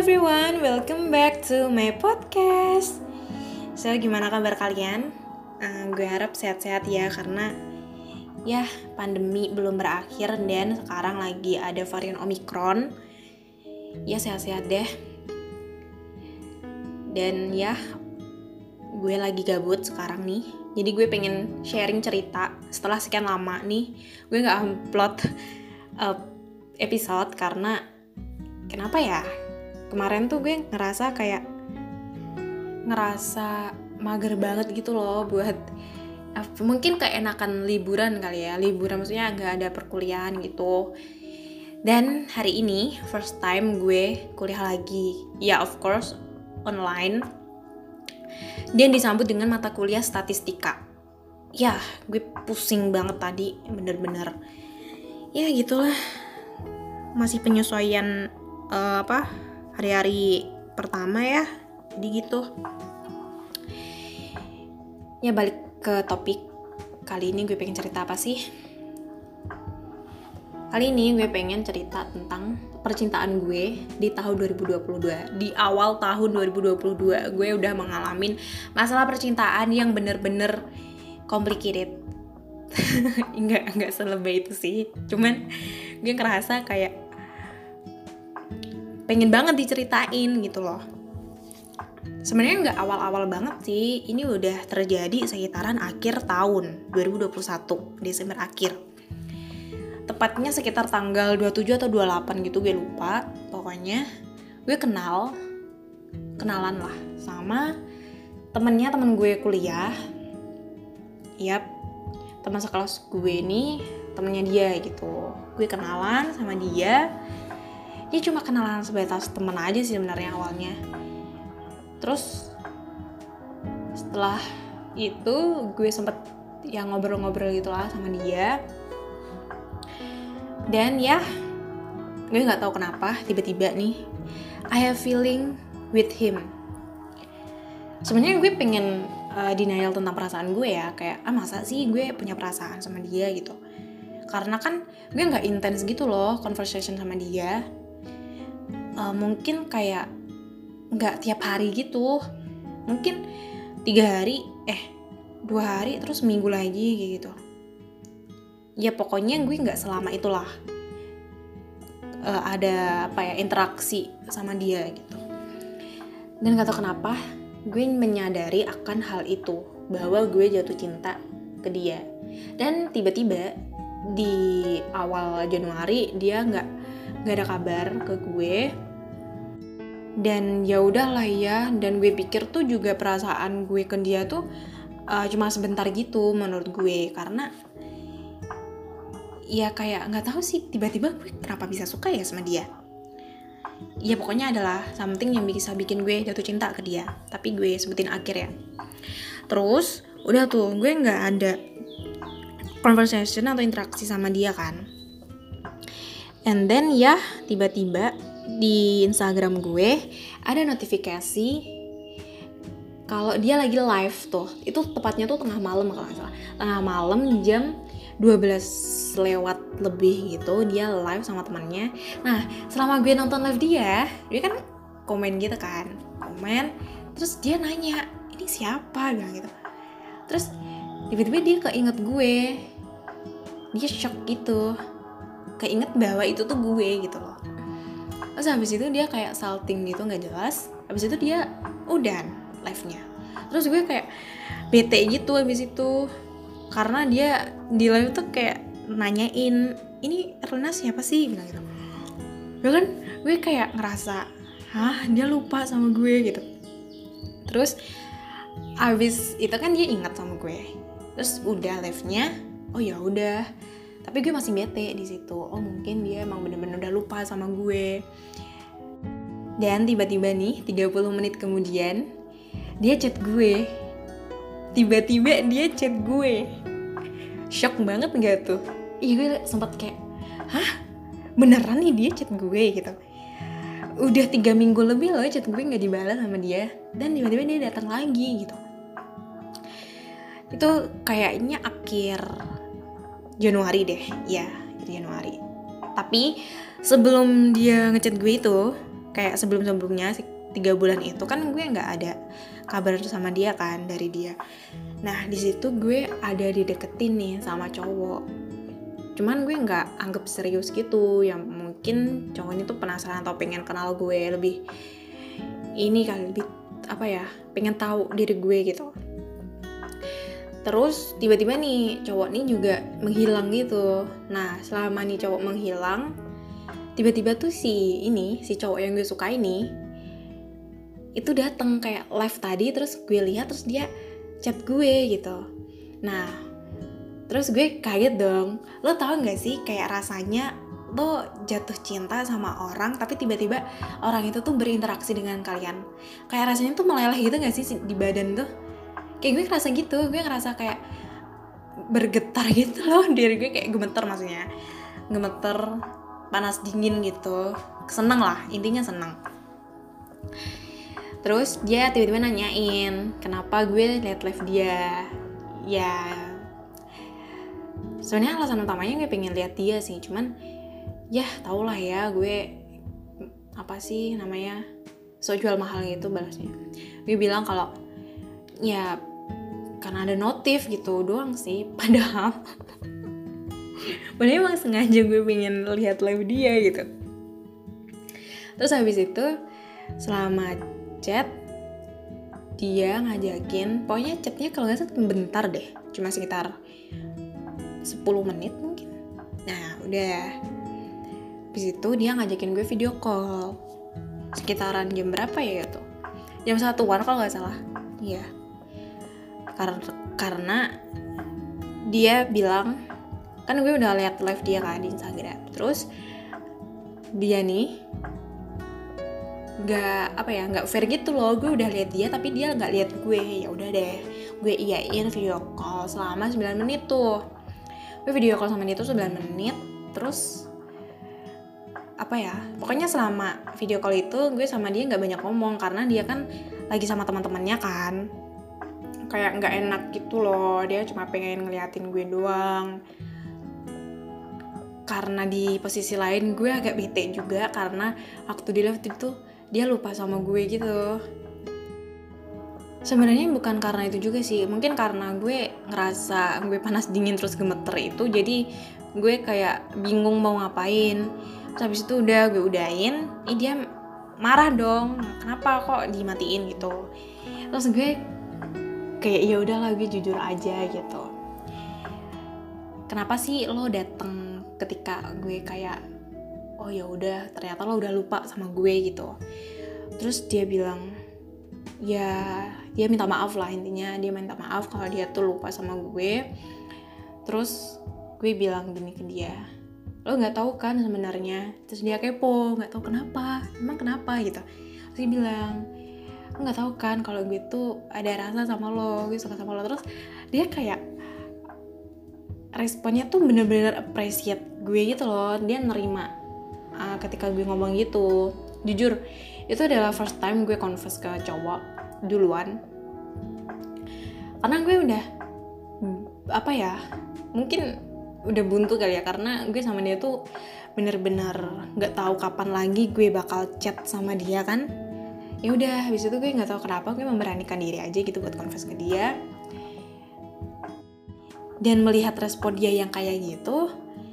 everyone, welcome back to my podcast. So, gimana kabar kalian? Gue harap sehat-sehat ya, karena ya pandemi belum berakhir dan sekarang lagi ada varian Omicron. Ya sehat-sehat deh. Dan ya, gue lagi gabut sekarang nih. Jadi gue pengen sharing cerita setelah sekian lama nih. Gue gak upload episode karena kenapa ya? Kemarin tuh gue ngerasa mager banget gitu loh buat mungkin keenakan liburan kali ya. Liburan maksudnya gak ada perkuliahan gitu. Dan hari ini first time gue kuliah lagi. Ya of course online. Dan disambut dengan mata kuliah statistika. Ya, gue pusing banget tadi, bener-bener. Ya gitulah. Masih penyesuaian hari-hari pertama ya. Jadi gitu. Ya balik ke topik. Kali ini gue pengen cerita apa sih? Kali ini gue pengen cerita tentang percintaan gue di tahun 2022. Di awal tahun 2022 gue udah mengalami masalah percintaan yang bener-bener complicated. Enggak selebay itu sih. Cuman gue ngerasa kayak pengen banget diceritain gitu loh. Sebenarnya nggak awal-awal banget sih. Ini udah terjadi sekitaran akhir tahun 2021, Desember akhir. Tepatnya sekitar tanggal 27 atau 28 gitu, gue lupa. Pokoknya gue kenalan lah sama temen gue kuliah. Yap, teman sekelas gue nih, temennya dia gitu. Gue kenalan sama dia. Dia cuma kenalan sebatas temen aja sih sebenarnya awalnya. Terus setelah itu gue sempet ya ngobrol-ngobrol gitu lah sama dia. Dan ya gue gak tahu kenapa tiba-tiba nih I have feeling with him. Sebenarnya gue pengen denial tentang perasaan gue ya. Kayak masa sih gue punya perasaan sama dia gitu. Karena kan gue gak intens gitu loh conversation sama dia. Mungkin kayak gak tiap hari gitu. Mungkin 3 hari 2 hari terus seminggu lagi gitu. Ya pokoknya gue gak selama itulah ada interaksi sama dia gitu. Dan gak tau kenapa gue menyadari akan hal itu, bahwa gue jatuh cinta ke dia. Dan tiba-tiba di awal Januari dia gak ada kabar ke gue. Dan ya udahlah ya, dan gue pikir tuh juga perasaan gue ke dia tuh cuma sebentar gitu menurut gue, karena ya kayak nggak tahu sih tiba-tiba gue kenapa bisa suka ya sama dia. Ya pokoknya adalah something yang bisa bikin gue jatuh cinta ke dia, tapi gue sebutin akhir ya. Terus udah tuh gue nggak ada conversation atau interaksi sama dia kan. And then ya tiba-tiba di Instagram gue ada notifikasi kalau dia lagi live tuh. Itu tepatnya tuh tengah malam kalau nggak salah. Tengah malam jam 12 lewat lebih gitu, dia live sama temannya. Nah, selama gue nonton live dia kan komen gitu kan. Komen, terus dia nanya, "Ini siapa?" bilang gitu. Terus tiba-tiba dia keinget gue. Dia shock gitu. Keinget bahwa itu tuh gue gitu loh. Terus habis itu dia kayak salting gitu gak jelas. Habis itu dia udah live-nya. Terus gue kayak bete gitu habis itu. Karena dia di live tuh kayak nanyain, "Ini Rena siapa sih?" bilang gitu. Ya kan gue kayak ngerasa, dia lupa sama gue gitu. Terus habis itu kan dia ingat sama gue. Terus udah live-nya, oh ya udah. Tapi gue masih bete di situ. Oh mungkin dia emang bener-bener udah lupa sama gue. Dan tiba-tiba nih 30 menit kemudian dia chat gue. Tiba-tiba dia chat gue. Shock banget gak tuh? Gue sempet kayak, beneran nih dia chat gue gitu. Udah 3 minggu lebih loh chat gue gak dibalas sama dia. Dan tiba-tiba dia datang lagi gitu. Itu kayaknya akhir Januari deh, ya Januari. Tapi sebelum dia ngechat gue itu, kayak sebelum-sebelumnya 3 bulan itu kan gue nggak ada kabar sama dia kan dari dia. Nah di situ gue ada dideketin nih sama cowok, cuman gue nggak anggap serius gitu, yang mungkin cowoknya tuh penasaran atau pengen kenal gue lebih ini kali, lebih apa ya, pengen tahu diri gue gitu. Terus tiba-tiba nih cowok nih juga menghilang gitu. Nah selama nih cowok menghilang, tiba-tiba tuh si cowok yang gue suka ini itu datang kayak live tadi, terus gue lihat, terus dia chat gue gitu. Nah terus gue kaget dong. Lo tau gak sih kayak rasanya lo jatuh cinta sama orang tapi tiba-tiba orang itu tuh berinteraksi dengan kalian, kayak rasanya tuh meleleh gitu gak sih di badan tuh? Kayak gue ngerasa gitu, gue ngerasa kayak bergetar gitu loh, diri gue kayak gemeter, maksudnya gemeter, panas dingin gitu, seneng lah, intinya seneng. Terus dia tiba-tiba nanyain kenapa gue liat live dia. Ya sebenarnya alasan utamanya gue pengen lihat dia sih, cuman ya tau lah ya gue apa sih namanya, so jual mahal gitu balasnya. Gue bilang kalau ya karena ada notif gitu doang sih, padahal emang sengaja gue pengen lihat live dia gitu. Terus habis itu selama chat dia ngajakin, pokoknya chatnya kalau nggak salah bentar deh, cuma sekitar 10 menit mungkin. Nah udah habis itu dia ngajakin gue video call sekitaran jam berapa ya itu, jam 1-an kalau nggak salah. Iya, karena dia bilang, kan gue udah lihat live dia kan di Instagram, terus dia nih nggak fair gitu loh, gue udah lihat dia tapi dia nggak lihat gue. Ya udah deh, gue iyain video call selama 9 menit tuh. Gue video call sama dia tuh 9 menit, terus pokoknya selama video call itu gue sama dia nggak banyak ngomong karena dia kan lagi sama teman-temannya kan, kayak nggak enak gitu loh, dia cuma pengen ngeliatin gue doang. Karena di posisi lain gue agak bete juga karena waktu di live itu dia lupa sama gue gitu. Sebenarnya bukan karena itu juga sih, mungkin karena gue ngerasa gue panas dingin terus gemeter itu, jadi gue kayak bingung mau ngapain. Terus habis itu udah gue udahin, dia marah dong, kenapa kok dimatiin gitu. Terus gue kayak ya udahlah, gue jujur aja gitu. Kenapa sih lo datang ketika gue kayak oh ya udah, ternyata lo udah lupa sama gue gitu. Terus dia bilang ya dia minta maaf lah, intinya dia minta maaf kalau dia tuh lupa sama gue. Terus gue bilang gini ke dia, lo nggak tahu kan sebenarnya. Terus dia kepo, nggak tahu kenapa, emang kenapa gitu. Terus dia bilang, lo nggak tahu kan kalau gue tuh ada rasa sama lo, gue suka sama lo. Terus dia kayak responnya tuh bener-bener appreciate gue gitu loh, dia nerima ketika gue ngomong gitu. Jujur itu adalah first time gue confess ke cowok duluan, karena gue udah mungkin udah buntu kali ya, karena gue sama dia tuh bener-bener nggak tahu kapan lagi gue bakal chat sama dia kan. Ya udah, habis itu gue nggak tahu kenapa gue memberanikan diri aja gitu buat confess ke dia. Dan melihat respon dia yang kayak gitu,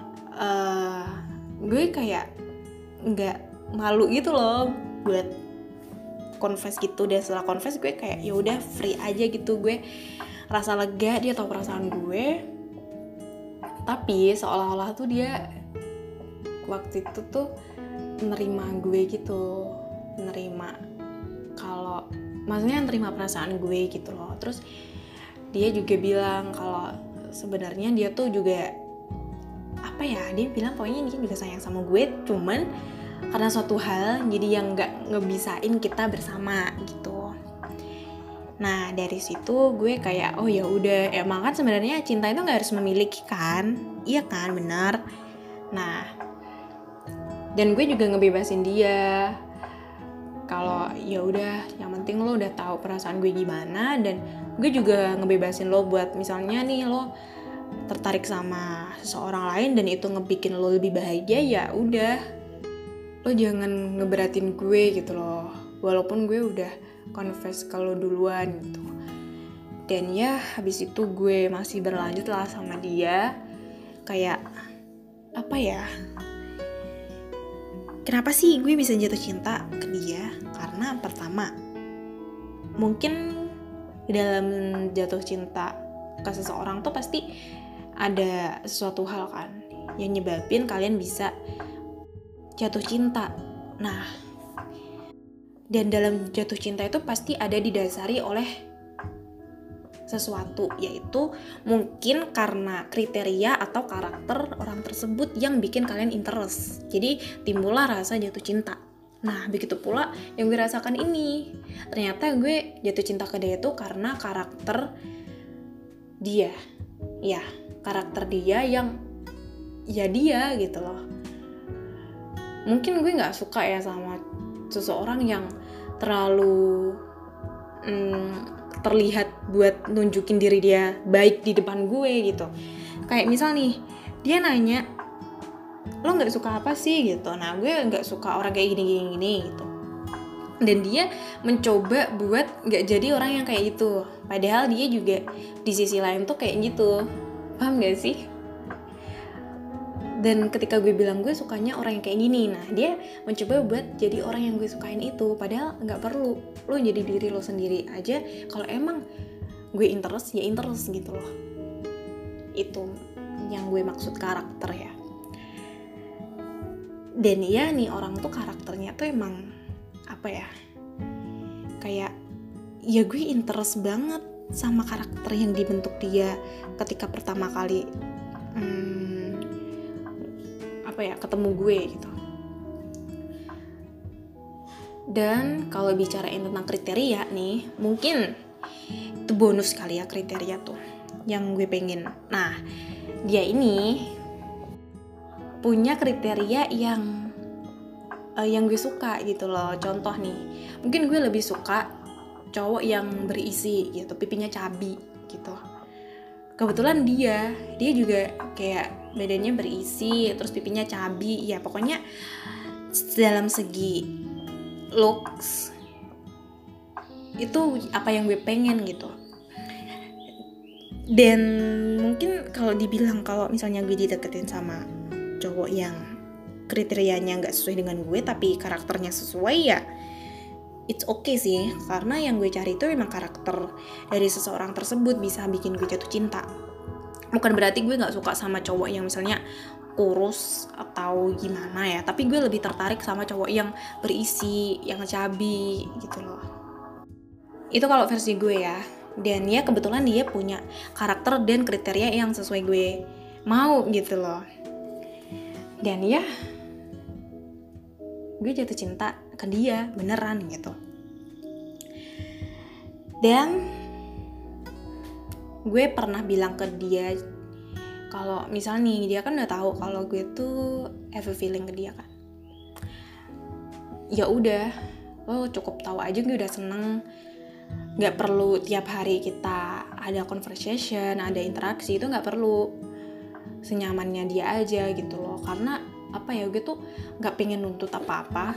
gue kayak nggak malu gitu loh buat confess gitu. Dan setelah confess gue kayak ya udah free aja gitu, gue rasa lega, dia tahu perasaan gue. Tapi seolah-olah tuh dia waktu itu tuh nerima gue gitu, maksudnya nerima perasaan gue gitu loh. Terus dia juga bilang kalau sebenarnya dia tuh juga dia bilang pokoknya dia juga sayang sama gue, cuman karena suatu hal jadi yang nggak ngebisain kita bersama gitu. Nah dari situ gue kayak oh ya udah, emang kan sebenarnya cinta itu nggak harus memiliki kan, iya kan, benar. Nah dan gue juga ngebebasin dia kalau ya udah, yang penting lo udah tahu perasaan gue gimana, dan gue juga ngebebasin lo buat misalnya nih lo tertarik sama seseorang lain dan itu ngebikin lo lebih bahagia, ya udah lo jangan ngeberatin gue gitu loh, walaupun gue udah confess ke lo duluan gitu. Dan ya habis itu gue masih berlanjut lah sama dia. Kayak apa ya, kenapa sih gue bisa jatuh cinta ke dia? Karena pertama, mungkin dalam jatuh cinta ke seseorang tuh pasti ada sesuatu hal kan yang nyebabin kalian bisa jatuh cinta. Nah, dan dalam jatuh cinta itu pasti ada didasari oleh sesuatu, yaitu mungkin karena kriteria atau karakter orang tersebut yang bikin kalian interest. Jadi timbullah rasa jatuh cinta. Nah, begitu pula yang gue rasakan ini. Ternyata gue jatuh cinta ke dia itu karena karakter dia. Ya, karakter dia yang ya dia gitu loh. Mungkin gue gak suka ya sama seseorang yang terlalu terlihat buat nunjukin diri dia baik di depan gue gitu. Kayak misal nih, dia nanya, lo gak suka apa sih gitu. Nah, gue gak suka orang kayak gini gitu. Dan dia mencoba buat gak jadi orang yang kayak gitu. Padahal dia juga di sisi lain tuh kayak gitu. Paham gak sih? Dan ketika gue bilang gue sukanya orang yang kayak gini, nah dia mencoba buat jadi orang yang gue sukain itu. Padahal gak perlu, lo jadi diri lo sendiri aja. Kalau emang gue interest, ya interest gitu loh. Itu yang gue maksud karakter ya. Dan ya nih orang tuh karakternya tuh emang apa ya, kayak ya gue interest banget sama karakter yang dibentuk dia ketika pertama kali ketemu gue gitu. Dan kalau bicarain tentang kriteria nih, mungkin itu bonus kali ya kriteria tuh yang gue pengen. Nah, dia ini punya kriteria yang gue suka gitu loh. Contoh nih, mungkin gue lebih suka cowok yang berisi gitu, pipinya cabi gitu. Kebetulan dia juga kayak badannya berisi, terus pipinya cabi, ya pokoknya dalam segi looks itu apa yang gue pengen gitu. Dan mungkin kalau dibilang kalau misalnya gue dideketin sama cowok yang kriterianya nggak sesuai dengan gue tapi karakternya sesuai, ya it's okay sih, karena yang gue cari itu memang karakter dari seseorang tersebut bisa bikin gue jatuh cinta. Bukan berarti gue gak suka sama cowok yang misalnya kurus atau gimana ya, tapi gue lebih tertarik sama cowok yang berisi, yang cabi gitu loh. Itu kalau versi gue ya. Dan ya kebetulan dia punya karakter dan kriteria yang sesuai gue mau gitu loh. Dan ya gue jatuh cinta ke dia beneran gitu. Dan gue pernah bilang ke dia kalau misalnya nih, dia kan udah tahu kalau gue tuh have a feeling ke dia kan. Ya udah, lo cukup tahu aja gue udah seneng. Gak perlu tiap hari kita ada conversation, ada interaksi, itu gak perlu. Senyamannya dia aja gitu loh. Karena apa ya, gue tuh gak pengen nuntut apa-apa.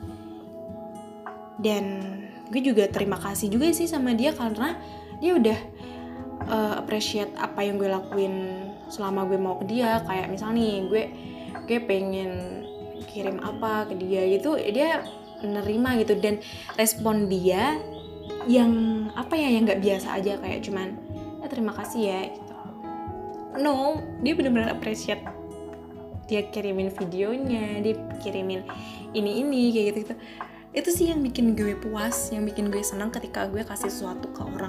Dan gue juga terima kasih juga sih sama dia karena dia udah appreciate apa yang gue lakuin selama gue mau ke dia. Kayak misalnya nih gue pengen kirim apa ke dia gitu, dia menerima gitu. Dan respon dia yang apa ya, yang nggak biasa aja, kayak cuman terima kasih ya gitu. No, dia benar-benar appreciate. Dia kirimin videonya, dia kirimin ini kayak gitu. Itu sih yang bikin gue puas, yang bikin gue senang ketika gue kasih sesuatu ke orang.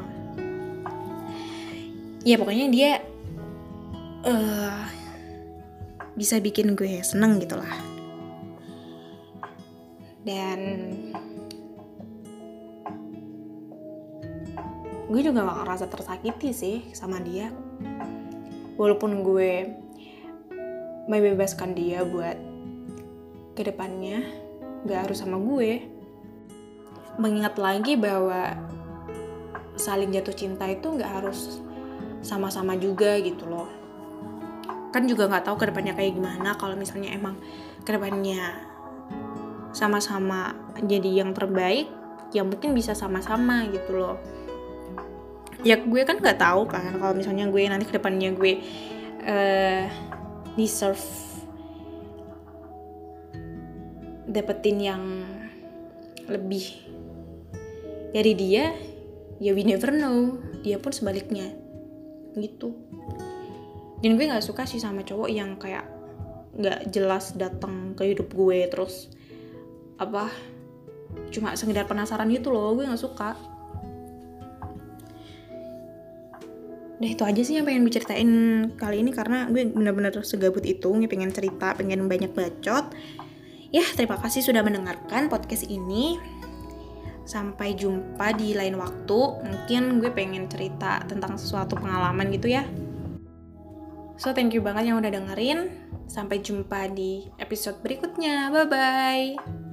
Ya pokoknya dia bisa bikin gue seneng gitu lah. Dan gue juga gak ngerasa tersakiti sih sama dia. Walaupun gue membebaskan dia buat kedepannya gak harus sama gue. Mengingat lagi bahwa saling jatuh cinta itu gak harus sama-sama juga gitu loh. Kan juga gak tahu kedepannya kayak gimana. Kalau misalnya emang kedepannya sama-sama jadi yang terbaik, ya mungkin bisa sama-sama gitu loh. Ya gue kan nggak tahu kan kalau misalnya gue nanti kedepannya gue deserve dapetin yang lebih dari dia, ya we never know, dia pun sebaliknya gitu. Dan gue nggak suka sih sama cowok yang kayak nggak jelas datang ke hidup gue terus cuma sekedar penasaran gitu loh, gue nggak suka. Udah itu aja sih yang pengen gue ceritain kali ini, karena gue benar-benar segabut itu, gue pengen cerita, pengen banyak bacot. Ya, terima kasih sudah mendengarkan podcast ini. Sampai jumpa di lain waktu. Mungkin gue pengen cerita tentang sesuatu pengalaman gitu ya. So, thank you banget yang udah dengerin. Sampai jumpa di episode berikutnya. Bye-bye.